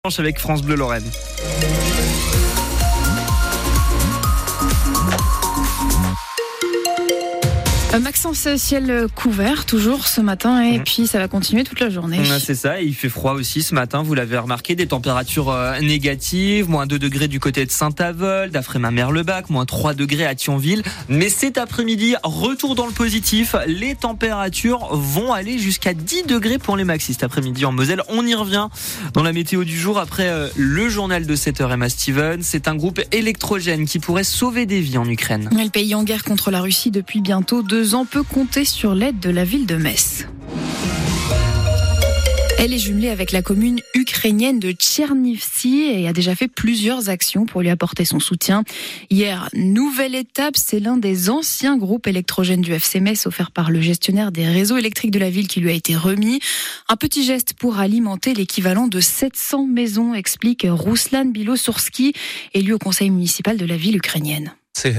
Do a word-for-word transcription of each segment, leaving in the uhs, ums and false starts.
Avec France Bleu Lorraine. Maxence, ciel couvert toujours ce matin et mmh. puis ça va continuer toute la journée. C'est ça, et il fait froid aussi ce matin, vous l'avez remarqué, des températures euh, négatives, moins deux degrés du côté de Saint-Avold, d'Affré-Mamer-le-Bac, moins trois degrés à Thionville. Mais cet après-midi, retour dans le positif, les températures vont aller jusqu'à dix degrés pour les maxis cet après-midi en Moselle. On y revient dans la météo du jour après euh, le journal de sept heures. Emma Stevens, c'est un groupe électrogène qui pourrait sauver des vies en Ukraine. Le pays en guerre contre la Russie depuis bientôt deux ans peut compter sur l'aide de la ville de Metz. Elle est jumelée avec la commune ukrainienne de Tchernivtsi et a déjà fait plusieurs actions pour lui apporter son soutien. Hier, nouvelle étape, c'est l'un des anciens groupes électrogènes du F C Metz offert par le gestionnaire des réseaux électriques de la ville qui lui a été remis. Un petit geste pour alimenter l'équivalent de sept cents maisons, explique Ruslan Bilosourski, élu au conseil municipal de la ville ukrainienne.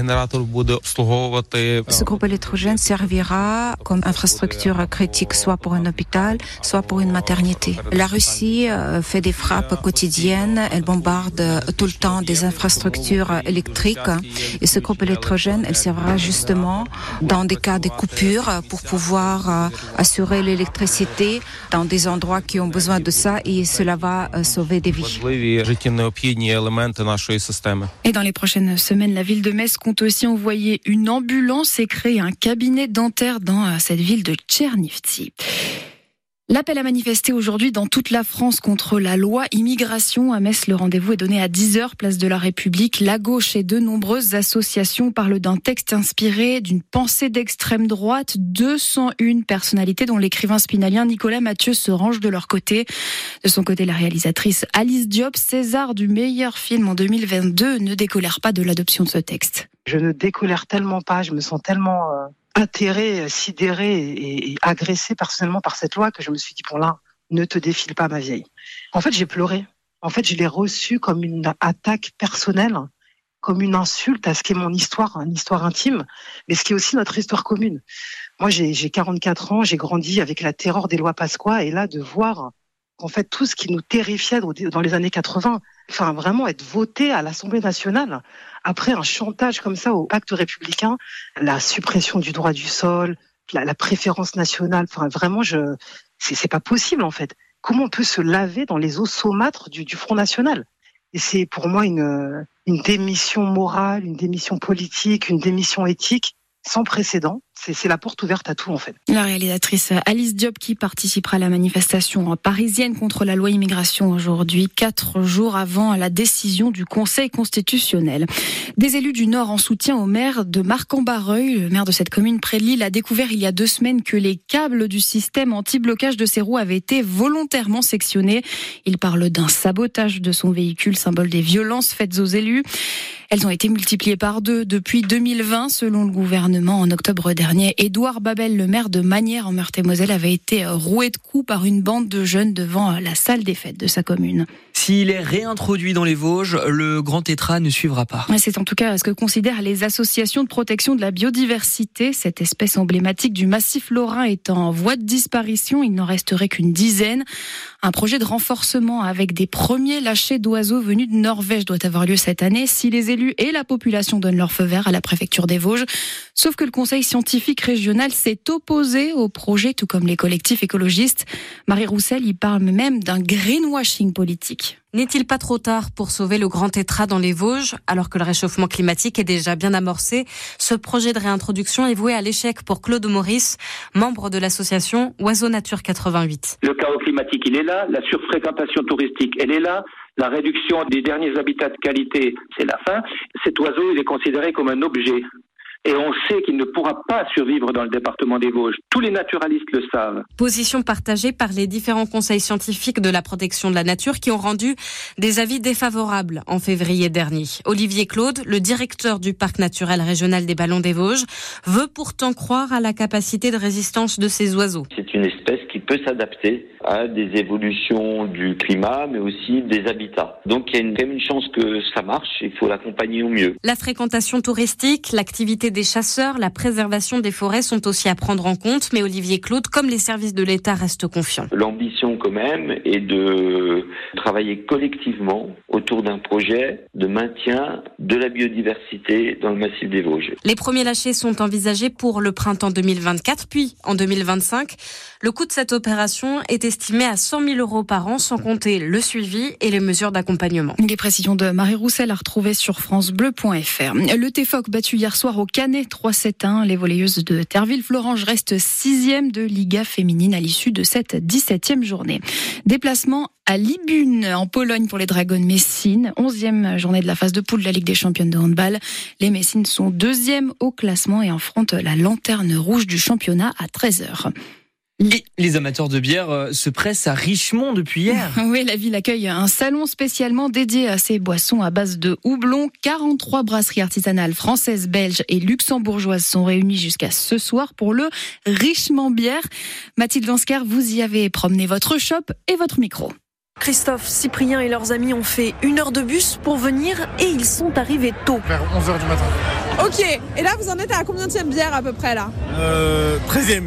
Ce groupe électrogène servira comme infrastructure critique soit pour un hôpital, soit pour une maternité. La Russie fait des frappes quotidiennes, elle bombarde tout le temps des infrastructures électriques et ce groupe électrogène, elle servira justement dans des cas de coupure pour pouvoir assurer l'électricité dans des endroits qui ont besoin de ça et cela va sauver des vies. Et dans les prochaines semaines, la ville de Metz compte aussi envoyer une ambulance et créer un cabinet dentaire dans cette ville de Tchernivtsi. L'appel à manifester aujourd'hui dans toute la France contre la loi immigration. À Metz, le rendez-vous est donné à dix heures, place de la République. La gauche et de nombreuses associations parlent d'un texte inspiré d'une pensée d'extrême droite. deux cent un personnalités, dont l'écrivain spinalien Nicolas Mathieu, se rangent de leur côté. De son côté, la réalisatrice Alice Diop, César du meilleur film en deux mille vingt-deux, ne décolère pas de l'adoption de ce texte. Je ne décolère tellement pas, je me sens tellement... Euh... atterré, sidéré et, et agressé personnellement par cette loi que je me suis dit, bon là, ne te défile pas ma vieille. En fait, j'ai pleuré. En fait, je l'ai reçu comme une attaque personnelle, comme une insulte à ce qu'est mon histoire, une histoire intime, mais ce qui est aussi notre histoire commune. Moi, j'ai, j'ai quarante-quatre ans, j'ai grandi avec la terreur des lois Pasqua, et là, de voir qu'en fait, tout ce qui nous terrifiait dans les années quatre-vingts, enfin, vraiment être voté à l'Assemblée nationale, après un chantage comme ça au pacte républicain, la suppression du droit du sol, la, la préférence nationale, enfin, vraiment, je, c'est, c'est pas possible, en fait. Comment on peut se laver dans les eaux saumâtres du, du Front National? Et c'est pour moi une, une démission morale, une démission politique, une démission éthique sans précédent. C'est, c'est la porte ouverte à tout, en fait. La réalisatrice Alice Diop qui participera à la manifestation parisienne contre la loi immigration aujourd'hui, quatre jours avant la décision du Conseil constitutionnel. Des élus du Nord en soutien au maire de Marcq-en-Barreuil, le maire de cette commune près de Lille, a découvert il y a deux semaines que les câbles du système anti-blocage de ses roues avaient été volontairement sectionnés. Il parle d'un sabotage de son véhicule, symbole des violences faites aux élus. Elles ont été multipliées par deux depuis deux mille vingt, selon le gouvernement. En octobre dernier, Édouard Babel, le maire de Magnières en Meurthe-et-Moselle, avait été roué de coups par une bande de jeunes devant la salle des fêtes de sa commune. S'il est réintroduit dans les Vosges, le grand tétras ne suivra pas. C'est en tout cas ce que considèrent les associations de protection de la biodiversité. Cette espèce emblématique du massif lorrain est en voie de disparition. Il n'en resterait qu'une dizaine. Un projet de renforcement avec des premiers lâchers d'oiseaux venus de Norvège doit avoir lieu cette année si les élus et la population donnent leur feu vert à la préfecture des Vosges. Sauf que le conseil scientifique régional s'est opposé au projet, tout comme les collectifs écologistes. Marie Roussel y parle même d'un greenwashing politique. N'est-il pas trop tard pour sauver le grand tétras dans les Vosges, alors que le réchauffement climatique est déjà bien amorcé? Ce projet de réintroduction est voué à l'échec pour Claude Maurice, membre de l'association Oiseaux Nature quatre-vingt-huit. Le chaos climatique, il est là, la surfréquentation touristique, elle est là, la réduction des derniers habitats de qualité, c'est la fin. Cet oiseau, il est considéré comme un objet. Et on sait qu'il ne pourra pas survivre dans le département des Vosges. Tous les naturalistes le savent. Position partagée par les différents conseils scientifiques de la protection de la nature qui ont rendu des avis défavorables en février dernier. Olivier Claude, le directeur du parc naturel régional des Ballons des Vosges, veut pourtant croire à la capacité de résistance de ces oiseaux. C'est une espèce qui peut s'adapter à des évolutions du climat, mais aussi des habitats. Donc il y a une, quand même une chance que ça marche, il faut l'accompagner au mieux. La fréquentation touristique, l'activité des chasseurs, la préservation des forêts sont aussi à prendre en compte, mais Olivier Claude, comme les services de l'État, restent confiants. L'ambition quand même est de travailler collectivement autour d'un projet de maintien de la biodiversité dans le massif des Vosges. Les premiers lâchers sont envisagés pour le printemps deux mille vingt-quatre, puis en deux mille vingt-cinq. Le coût de cette opération est estimé à cent mille euros par an, sans compter le suivi et les mesures d'accompagnement. Les précisions de Marie Roussel à retrouver sur francebleu point f r. Le T F O C battu hier soir au Canet trois sept un. Les volleyeuses de Terville-Florange restent sixième de Liga féminine à l'issue de cette dix-septième journée. Déplacement à Libune, en Pologne, pour les Dragons Messines. onzième journée de la phase de poule de la Ligue des Championnes de handball. Les Messines sont deuxième au classement et affrontent la lanterne rouge du championnat à treize heures. Et les amateurs de bière se pressent à Richemont depuis hier. Oui, la ville accueille un salon spécialement dédié à ces boissons à base de houblon. quarante-trois brasseries artisanales françaises, belges et luxembourgeoises sont réunies jusqu'à ce soir pour le Richemont Bière. Mathilde Vansker, vous y avez promené votre shop et votre micro. Christophe, Cyprien et leurs amis ont fait une heure de bus pour venir et ils sont arrivés tôt. Vers onze heures du matin. Ok, et là vous en êtes à combien de bière à peu près là ? Euh, treizième.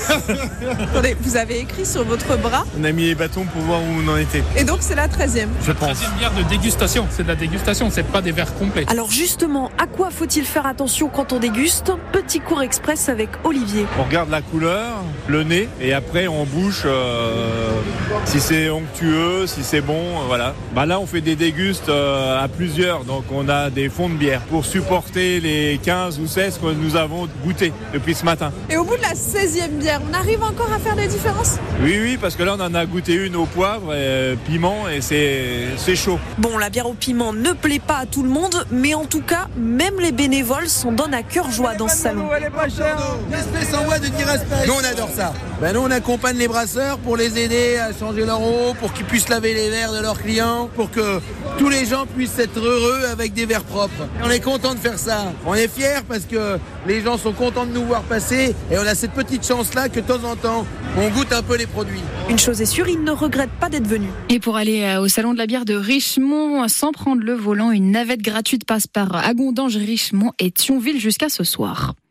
Attendez, vous avez écrit sur votre bras ? On a mis les bâtons pour voir où on en était. Et donc c'est la treizième ? Je pense. treizième bière de dégustation, c'est de la dégustation, c'est pas des verres complets. Alors justement, à quoi faut-il faire attention quand on déguste ? Petit cours express avec Olivier. On regarde la couleur, le nez, et après on bouche euh, si c'est onctueux, si c'est bon, euh, voilà. Bah là on fait des dégustes euh, à plusieurs, donc on a des fonds de bière pour supporter les quinze ou seize que nous avons goûté depuis ce matin. Et au bout de la seizième bière, on arrive encore à faire des différences ? Oui, oui, parce que là on en a goûté une au poivre et euh, piment et c'est, c'est chaud. Bon, la bière au piment ne plaît pas à tout le monde, mais en tout cas, même les bénévoles s'en donnent à cœur joie dans ce salon. Elle est pas chère. L'espèce en voie de dire respect. Nous on adore ça. Ben nous on accompagne les brasseurs pour les aider à changer leur eau, pour qu'ils puissent laver les verres de leurs clients, pour que tous les gens puissent être heureux avec des verres propres. On est content de faire ça. On est fiers parce que les gens sont contents de nous voir passer et on a cette petite chance-là que de temps en temps, on goûte un peu les produits. Une chose est sûre, ils ne regrettent pas d'être venus. Et pour aller au salon de la bière de Richemont, sans prendre le volant, une navette gratuite passe par Agondange, Richemont et Thionville jusqu'à ce soir.